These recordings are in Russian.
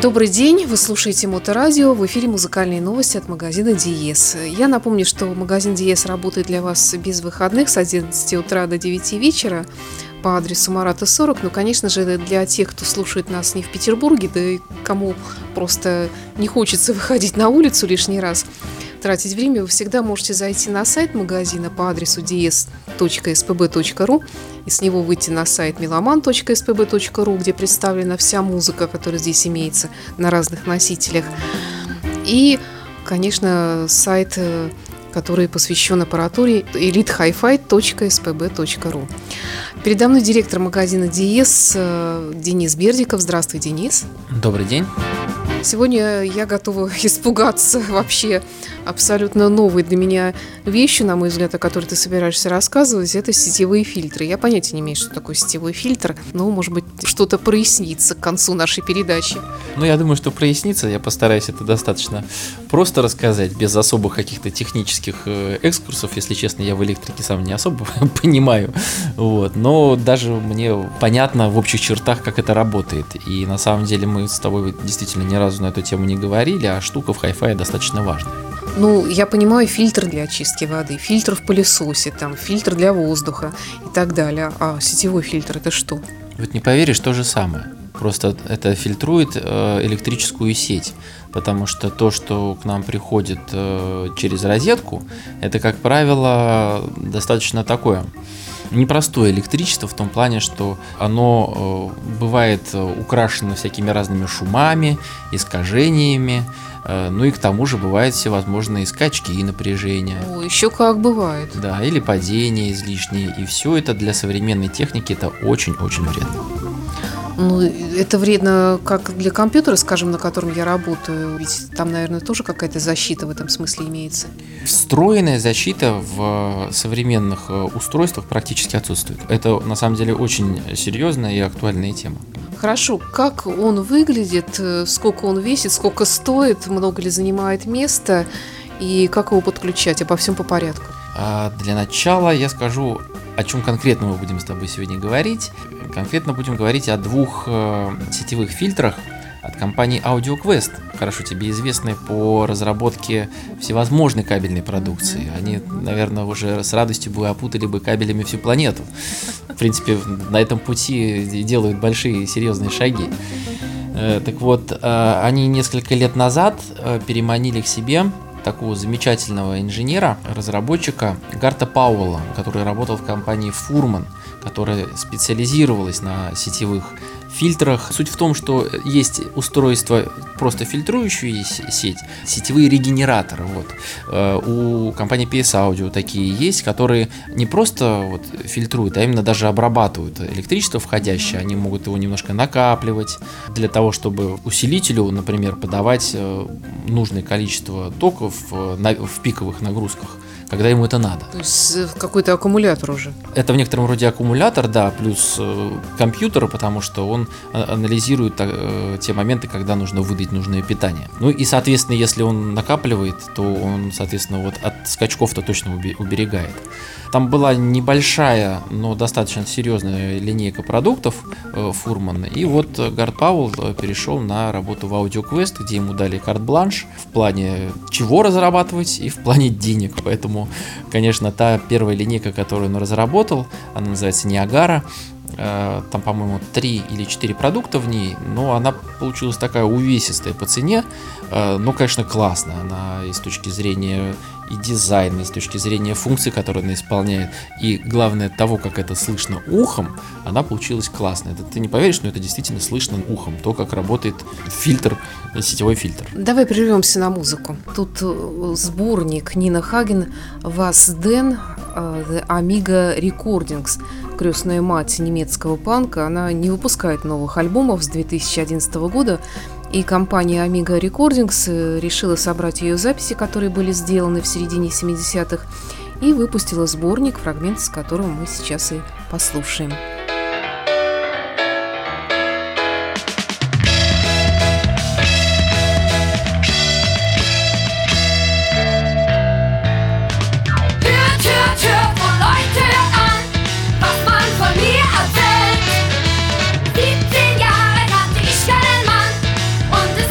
Добрый день, вы слушаете Моторадио, в эфире музыкальные новости от магазина Диез. Я напомню, что магазин Диез работает для вас без выходных с 11 утра до 9 вечера по адресу Марата 40. Ну, конечно же, для тех, кто слушает нас не в Петербурге, да и кому просто не хочется выходить на улицу лишний раз, тратить время, вы всегда можете зайти на сайт магазина по адресу diez.spb.ru и с него выйти на сайт meloman.spb.ru, где представлена вся музыка, которая здесь имеется на разных носителях. И, конечно, сайт, который посвящен аппаратуре elitehifi.spb.ru. Передо мной директор магазина Диез Денис Бердиков. Здравствуй, Денис. Добрый день. Сегодня я готова испугаться вообще абсолютно новой для меня вещью, на мой взгляд, о которой ты собираешься рассказывать. Это сетевые фильтры. Я понятия не имею, что такое сетевой фильтр, но, может быть, что-то прояснится к концу нашей передачи. Ну, я думаю, что прояснится. Я постараюсь это достаточно просто рассказать, без особых каких-то технических экскурсов. Если честно, я в электрике сам не особо понимаю. Вот. Но даже мне понятно в общих чертах, как это работает. И на самом деле мы с тобой действительно ни разу на эту тему не говорили, а штука в Hi-Fi достаточно важная. Ну, я понимаю, фильтр для очистки воды, фильтр в пылесосе, там, фильтр для воздуха и так далее. А сетевой фильтр – это что? Вот не поверишь, то же самое. Просто это фильтрует электрическую сеть, потому что то, что к нам приходит через розетку, это, как правило, достаточно такое непростое электричество в том плане, что оно бывает украшено всякими разными шумами, искажениями, ну и к тому же бывают всевозможные скачки и напряжения. О, еще как бывает. Да, или падения излишние, и все это для современной техники это очень-очень вредно. Ну, это вредно как для компьютера, скажем, на котором я работаю, ведь там, наверное, тоже какая-то защита в этом смысле имеется. Встроенная защита в современных устройствах практически отсутствует. Это, на самом деле, очень серьезная и актуальная тема. Хорошо, как он выглядит, сколько он весит, сколько стоит, много ли занимает места и как его подключать, обо всем по порядку? Для начала я скажу, о чем конкретно мы будем с тобой сегодня говорить. Конкретно будем говорить о двух сетевых фильтрах от компании AudioQuest, хорошо тебе известны по разработке всевозможной кабельной продукции. Они, наверное, уже с радостью бы опутали бы кабелями всю планету. В принципе, на этом пути делают большие серьезные шаги. Так вот, они несколько лет назад переманили к себе такого замечательного инженера, разработчика Гарта Пауэлла, который работал в компании Furman, которая специализировалась на сетевых фильтрах. Суть в том, что есть устройства, просто фильтрующие сеть, сетевые регенераторы. Вот. У компании PS Audio такие есть, которые не просто вот фильтруют, а именно даже обрабатывают электричество входящее. Они могут его немножко накапливать для того, чтобы усилителю, например, подавать нужное количество тока в пиковых нагрузках, когда ему это надо. То есть какой-то аккумулятор уже? Это в некотором роде аккумулятор, да, плюс компьютер, потому что он анализирует те моменты, когда нужно выдать нужное питание. Ну и, соответственно, если он накапливает, то он, соответственно, вот от скачков-то точно уберегает. Там была небольшая, но достаточно серьезная линейка продуктов Furman, и вот Гарт Пауэлл перешел на работу в AudioQuest, где ему дали карт-бланш в плане чего разрабатывать и в плане денег, поэтому, конечно, та первая линейка, которую он разработал, она называется Ниагара. Там, по-моему, 3 или 4 продукта в ней, но она получилась такая увесистая по цене, но, конечно, классная. Она и с точки зрения и дизайна, и с точки зрения функций, которые она исполняет, и, главное, того, как это слышно ухом, она получилась классная. Это ты не поверишь, но это действительно слышно ухом, то, как работает фильтр, сетевой фильтр. Давай прервемся на музыку. Тут сборник Нина Хаген «Was denn?» The Amiga Recordings, крестная мать немецкого панка. Она не выпускает новых альбомов с 2011 года, и компания Amiga Recordings решила собрать ее записи, которые были сделаны в середине 70-х, и выпустила сборник, фрагмент из которого мы сейчас и послушаем. Und es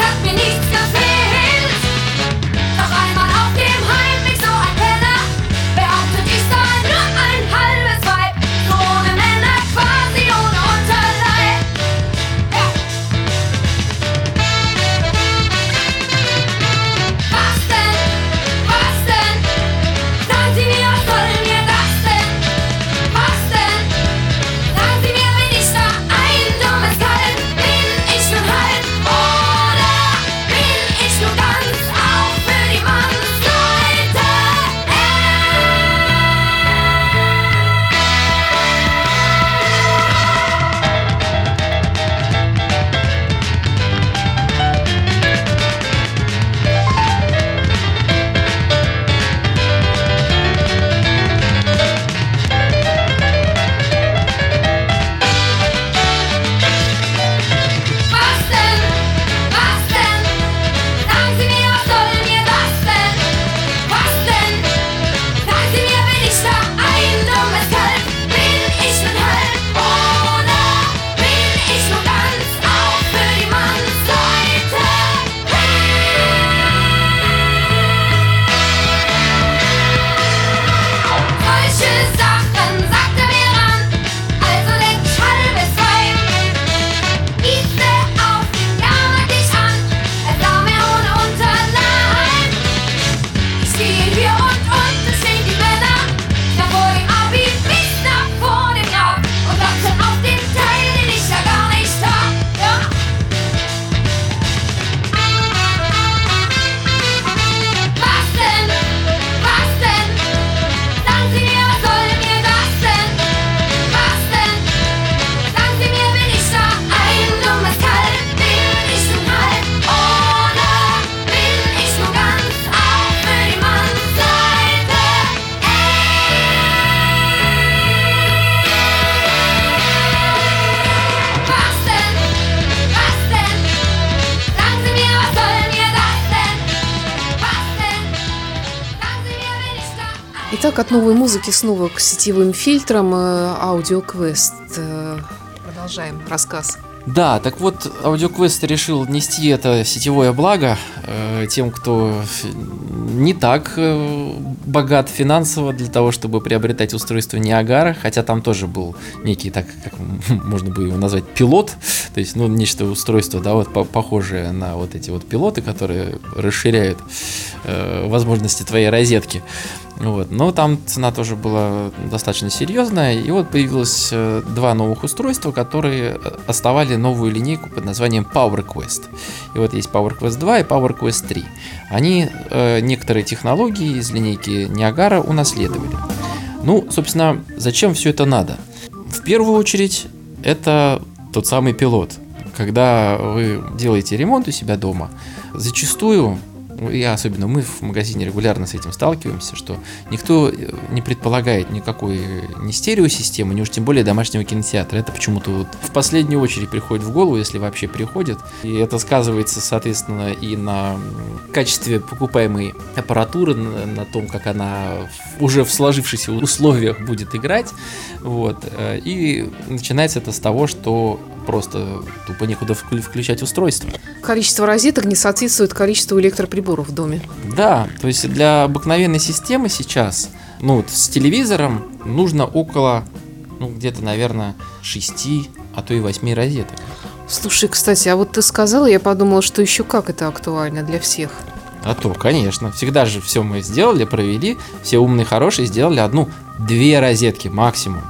Итак, от новой музыки снова к сетевым фильтрам Audio Quest. Продолжаем рассказ. Да, так вот, AudioQuest решил нести это сетевое благо тем, кто не так богат финансово для того, чтобы приобретать устройство Niagara, хотя там тоже был некий, так как можно бы его назвать, пилот, то есть, нечто устройство, да, вот похожее на вот эти вот пилоты, которые расширяют возможности твоей розетки. Вот. Но там цена тоже была достаточно серьезная, и вот появилось два новых устройства, которые основали новую линейку под названием PowerQuest. И вот есть PowerQuest 2 и PowerQuest 3. Они некоторые технологии из линейки Niagara унаследовали. Собственно, зачем все это надо? В первую очередь, это тот самый пилот. Когда вы делаете ремонт у себя дома, зачастую, и особенно мы в магазине регулярно с этим сталкиваемся, что никто не предполагает никакой ни стереосистемы, ни уж тем более домашнего кинотеатра. Это почему-то вот в последнюю очередь приходит в голову, если вообще приходит. И это сказывается, соответственно, и на качестве покупаемой аппаратуры, на том, как она уже в сложившихся условиях будет играть. Вот. И начинается это с того, что просто тупо некуда включать устройство. Количество розеток не соответствует количеству электроприборов в доме. Да, то есть для обыкновенной системы сейчас, с телевизором нужно около, где-то, наверное, 6, а то и 8 розеток. Слушай, кстати, а вот ты сказала, я подумала, что еще как это актуально для всех. А то, конечно. Всегда же все мы сделали, провели, все умные, хорошие, сделали 1-2 розетки максимум.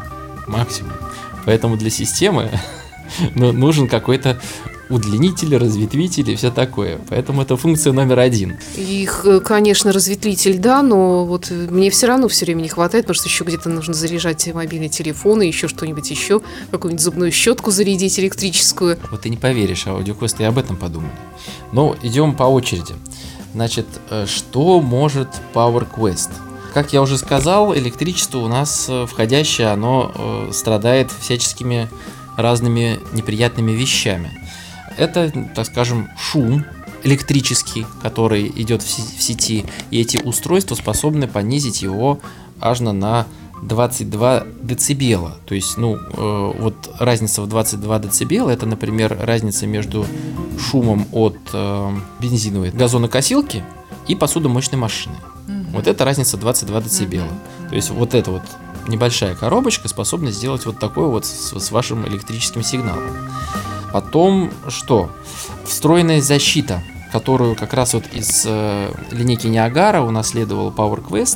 Поэтому для системы нужен какой-то удлинитель, разветвитель и все такое. Поэтому это функция номер 1. Их, конечно, разветвитель, да, но вот мне все равно все время не хватает, потому что еще где-то нужно заряжать мобильный телефон и еще что-нибудь еще, какую-нибудь зубную щетку зарядить электрическую. Вот ты не поверишь, AudioQuest и об этом подумали. Но идем по очереди. Значит, что может PowerQuest? Как я уже сказал, электричество у нас входящее, оно страдает всяческими разными неприятными вещами. Это, так скажем, шум электрический, который идет в сети, и эти устройства способны понизить его аж на 22 децибела. То есть, вот разница в 22 децибела, это, например, разница между шумом от бензиновой газонокосилки и посудомоечной машины. Вот это разница 22 децибела. То есть вот эта вот небольшая коробочка способна сделать вот такой вот с вашим электрическим сигналом. Потом что? Встроенная защита, которую как раз вот из линейки Niagara унаследовал PowerQuest.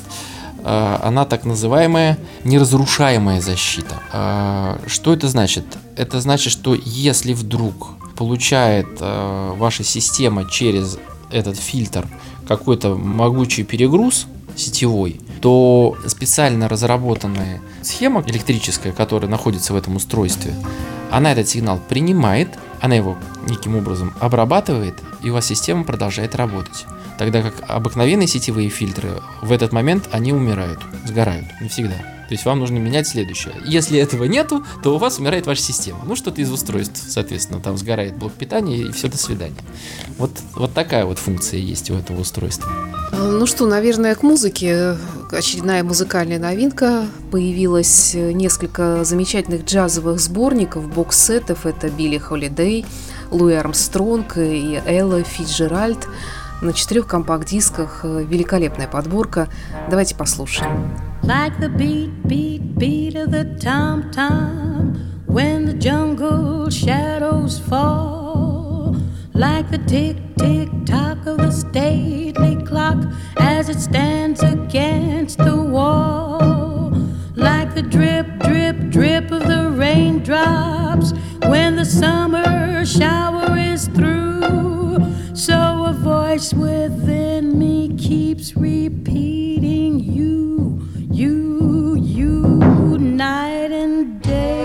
Она так называемая неразрушаемая защита. Что это значит? Это значит, что если вдруг получает ваша система через этот фильтр какой-то могучий перегруз сетевой, то специально разработанная схема электрическая, которая находится в этом устройстве, она этот сигнал принимает, она его неким образом обрабатывает, и у вас система продолжает работать. Тогда как обыкновенные сетевые фильтры в этот момент они умирают, сгорают навсегда. То есть вам нужно менять следующее. Если этого нету, то у вас умирает ваша система. Что-то из устройств, соответственно, там сгорает блок питания, и все, до свидания. Вот такая вот функция есть у этого устройства. Наверное, к музыке. Очередная музыкальная новинка. Появилось несколько замечательных джазовых сборников, бокс-сетов. Это Билли Холидей, Луи Армстронг и Элла Фицджеральд. На 4 компакт-дисках. Великолепная подборка. Давайте послушаем. Like the beat, beat, beat of the tom-tom when the jungle shadows fall. Like the tick, tick, tock of the stately clock as it stands against the wall. Like the drip, drip, drip of the raindrops when the summer shower is through. So a voice within me keeps repeating you, you, you, night and day.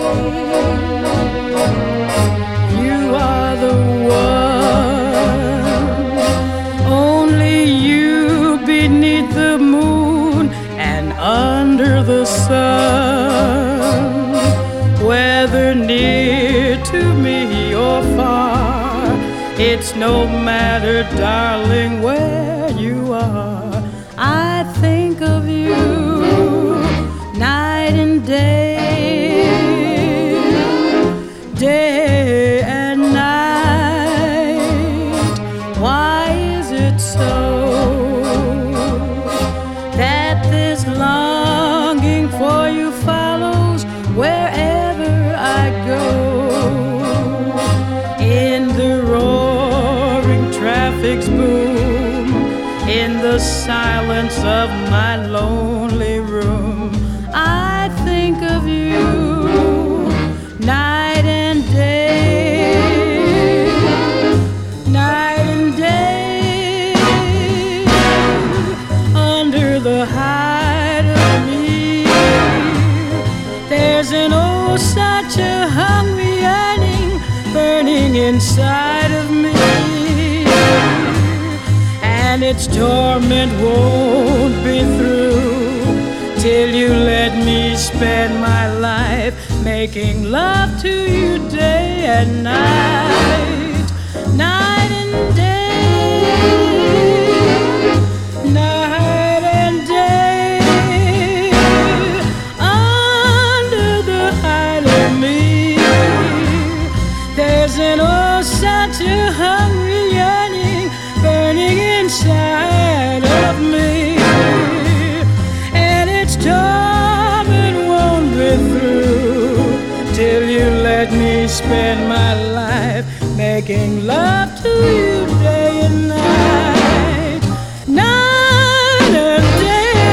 You are the one, only you beneath the moon and under the sun. Whether near to me or far, it's no matter, darling, where you are. I think of you wherever I go. In the roaring traffic's boom, in the silence of my lonely room, I think of you night and day, night and day. Under the hide of me, there's an oh such a hungry yearning burning inside of me, and its torment won't be through till you let me spend my life making love to you day and night, night and day, night and day. Under the hide of me, there's an oh such a hungry yearning burning inside of me, and its torment won't be through till you let me spend my life making love to you day and night, night and day.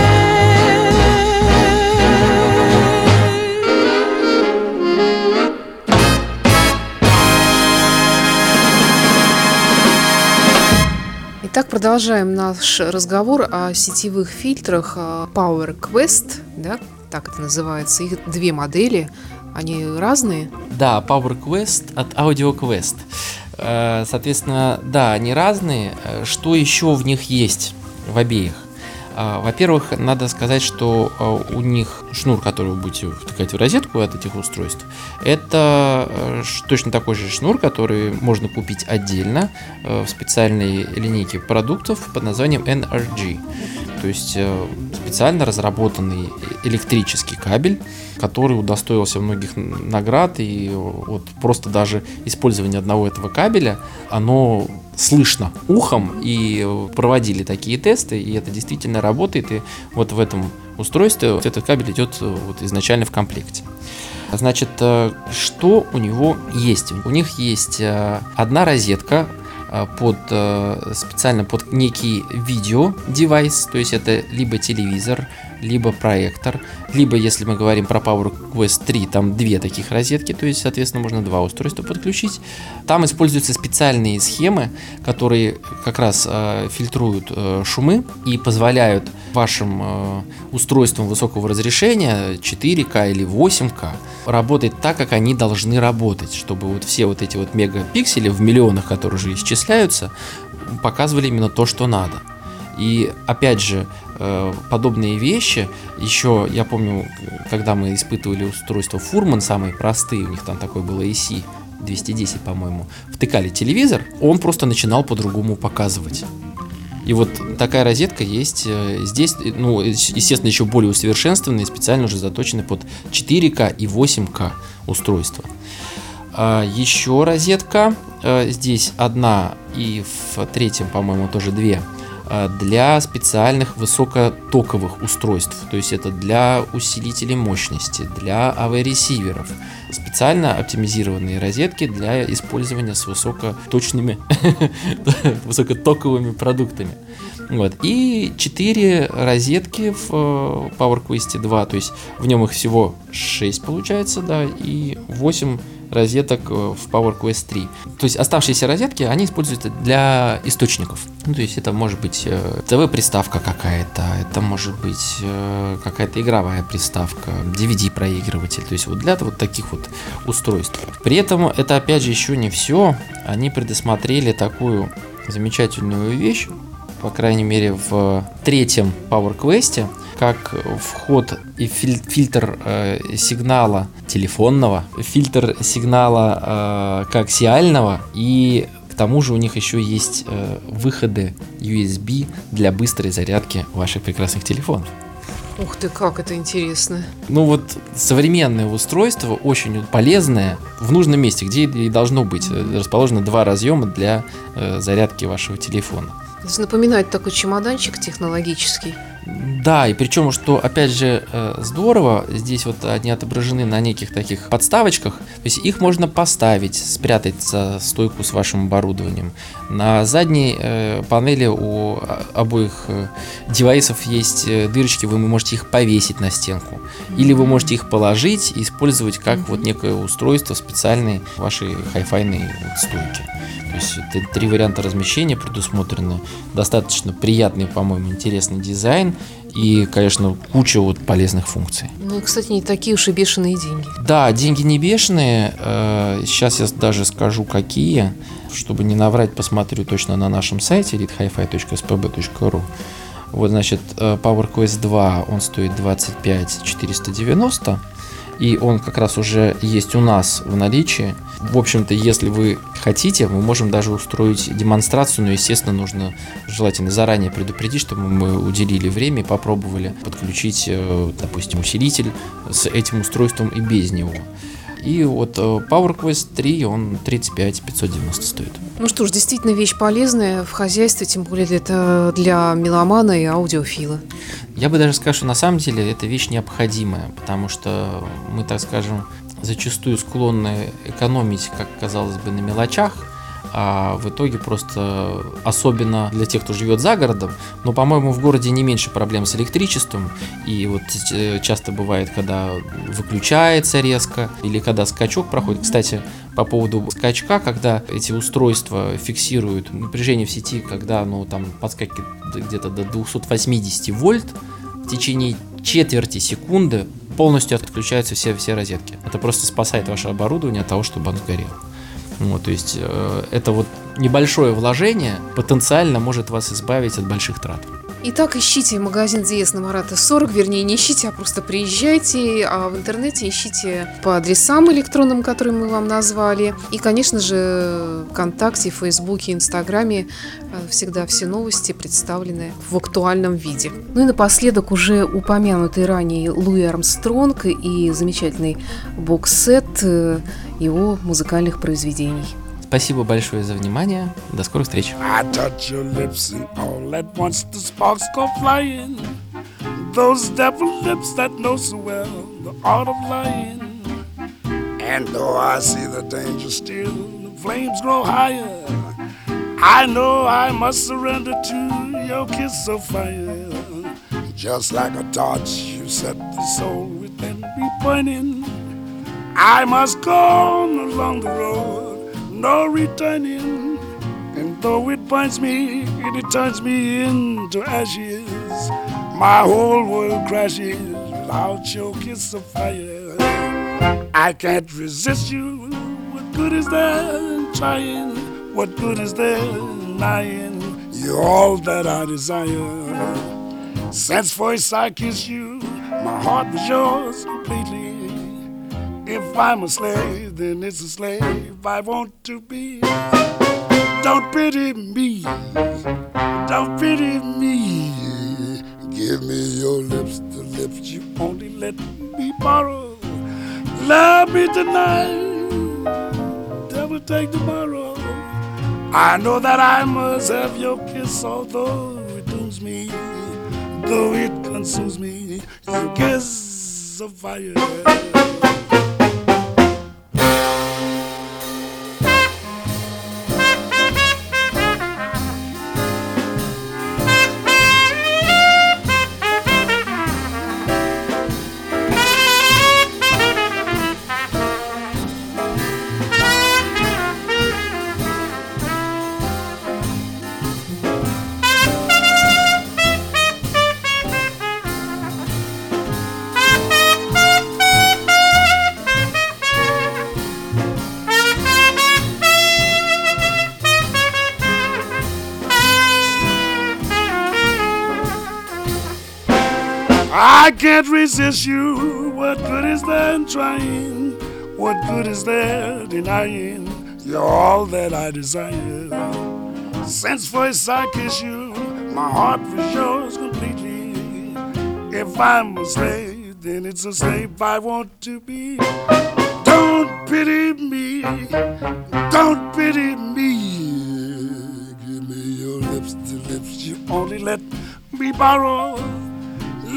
Итак, продолжаем наш разговор о сетевых фильтрах Power Quest, да, так это называется. Их две модели, они разные. Да, Power Quest от Audio Quest. Соответственно, да, они разные. Что еще в них есть в обеих? Во-первых, надо сказать, что у них шнур, который вы будете втыкать в розетку от этих устройств, это точно такой же шнур, который можно купить отдельно в специальной линейке продуктов под названием NRG. То есть специально разработанный электрический кабель, который удостоился многих наград, и вот просто даже использование одного этого кабеля, оно слышно ухом, и проводили такие тесты, и это действительно работает, и вот в этом устройстве вот этот кабель идет вот изначально в комплекте. Значит, что у него есть? У них есть одна розетка специально под некий видео-девайс, то есть это либо телевизор, либо проектор, либо, если мы говорим про Power Quest 3, там две таких розетки, то есть, соответственно, можно два устройства подключить. Там используются специальные схемы, которые как раз фильтруют шумы и позволяют вашим устройствам высокого разрешения 4К или 8К работать так, как они должны работать, чтобы вот все вот эти вот мегапиксели в миллионах, которые уже исчисляются, показывали именно то, что надо. И опять же, подобные вещи, еще я помню, когда мы испытывали устройство Furman, самые простые, у них там такой было AC 210, по-моему, втыкали телевизор, он просто начинал по-другому показывать. И вот такая розетка есть здесь, ну, естественно, еще более усовершенствованная, специально уже заточенная под 4К и 8К устройства. Еще розетка, здесь одна, и в третьем, по-моему, тоже две, для специальных высокотоковых устройств, то есть это для усилителей мощности, для AV-ресиверов, специально оптимизированные розетки для использования с высокоточными, высокотоковыми продуктами. Вот. И 4 розетки в Power Quest 2, то есть в нем их всего 6 получается, да, и 8 розеток в Power Quest 3. То есть оставшиеся розетки, они используются для источников. Ну, то есть это может быть ТВ-приставка какая-то, это может быть какая-то игровая приставка, DVD-проигрыватель, то есть вот для вот таких вот устройств. При этом это опять же еще не все. Они предусмотрели такую замечательную вещь, по крайней мере в третьем Power Quest, как вход и фильтр сигнала телефонного, фильтр сигнала коаксиального, и к тому же у них еще есть выходы USB для быстрой зарядки ваших прекрасных телефонов. Ух ты, как это интересно. Ну вот современное устройство, очень полезное, в нужном месте, где и должно быть. Расположено 2 разъема для зарядки вашего телефона. То есть напоминает такой чемоданчик технологический. Да, и причем, что, опять же, здорово, здесь вот они отображены на неких таких подставочках, то есть их можно поставить, спрятать за стойку с вашим оборудованием. На задней панели у обоих девайсов есть дырочки, вы можете их повесить на стенку, или вы можете их положить и использовать как вот некое устройство специальной вашей хай-файной вот стойки. То есть это 3 варианта размещения предусмотрены, достаточно приятный, по-моему, интересный дизайн и, конечно, куча вот полезных функций. Ну и, кстати, не такие уж и бешеные деньги. Да, деньги не бешеные, сейчас я даже скажу какие, чтобы не наврать, посмотрю точно на нашем сайте elitehifi.spb.ru. Вот, значит, PowerQuest 2, он стоит 25 490. И он как раз уже есть у нас в наличии. В общем-то, если вы хотите, мы можем даже устроить демонстрацию, но, естественно, нужно желательно заранее предупредить, чтобы мы уделили время и попробовали подключить, допустим, усилитель с этим устройством и без него. И вот PowerQuest 3, он 35 590 стоит. Ну что ж, действительно вещь полезная в хозяйстве, тем более это для меломана и аудиофила. Я бы даже сказал, что на самом деле эта вещь необходимая, потому что мы, так скажем, зачастую склонны экономить, как казалось бы, на мелочах, а в итоге просто, особенно для тех, кто живет за городом, но, по-моему, в городе не меньше проблем с электричеством, и вот часто бывает, когда выключается резко, или когда скачок проходит. Кстати, по поводу скачка, когда эти устройства фиксируют напряжение в сети, когда там подскакивает где-то до 280 вольт, в течение четверти секунды полностью отключаются все розетки. Это просто спасает ваше оборудование от того, чтобы оно сгорело. Вот, то есть это вот небольшое вложение потенциально может вас избавить от больших трат. Итак, ищите магазин Диез на Марата 40, вернее, не ищите, а просто приезжайте, а в интернете ищите по адресам электронным, которые мы вам назвали. И, конечно же, ВКонтакте, Фейсбуке, Инстаграме всегда все новости представлены в актуальном виде. Ну и напоследок уже упомянутый ранее Луи Армстронг и замечательный бокс-сет его музыкальных произведений. Спасибо большое за внимание. До скорых встреч. I touch your lips and all at once the sparks go flying. Those devil lips that know so well the art of lying. And though I see the danger still, the flames grow higher. I know I must surrender to your kiss of fire. Just like a torch you set the soul within me burning. I must go on along the road, no returning. And though it binds me and it turns me into ashes, my whole world crashes without your kiss of fire. I can't resist you. What good is there in trying? What good is there in lying? You're all that I desire. Since first I kissed you, my heart was yours completely. If I'm a slave, then it's a slave I want to be. Don't pity me, don't pity me. Give me your lips, the lips you only let me borrow. Love me tonight, devil take tomorrow. I know that I must have your kiss, although it dooms me, though it consumes me. Your kiss of fire. I can't resist you. What good is there in trying? What good is there denying? You're all that I desire. Since first I kissed you, my heart was yours completely. If I'm a slave, then it's a slave I want to be. Don't pity me, don't pity me. Give me your lips, the lips you only let me borrow.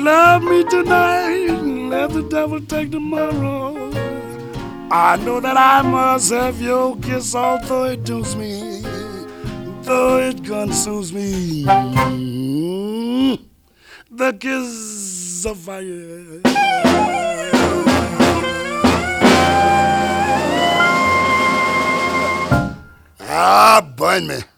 love me tonight, let the devil take tomorrow. I know that I must have your kiss, although it dooms me, though it consumes me. The kiss of fire. Ah, burn me.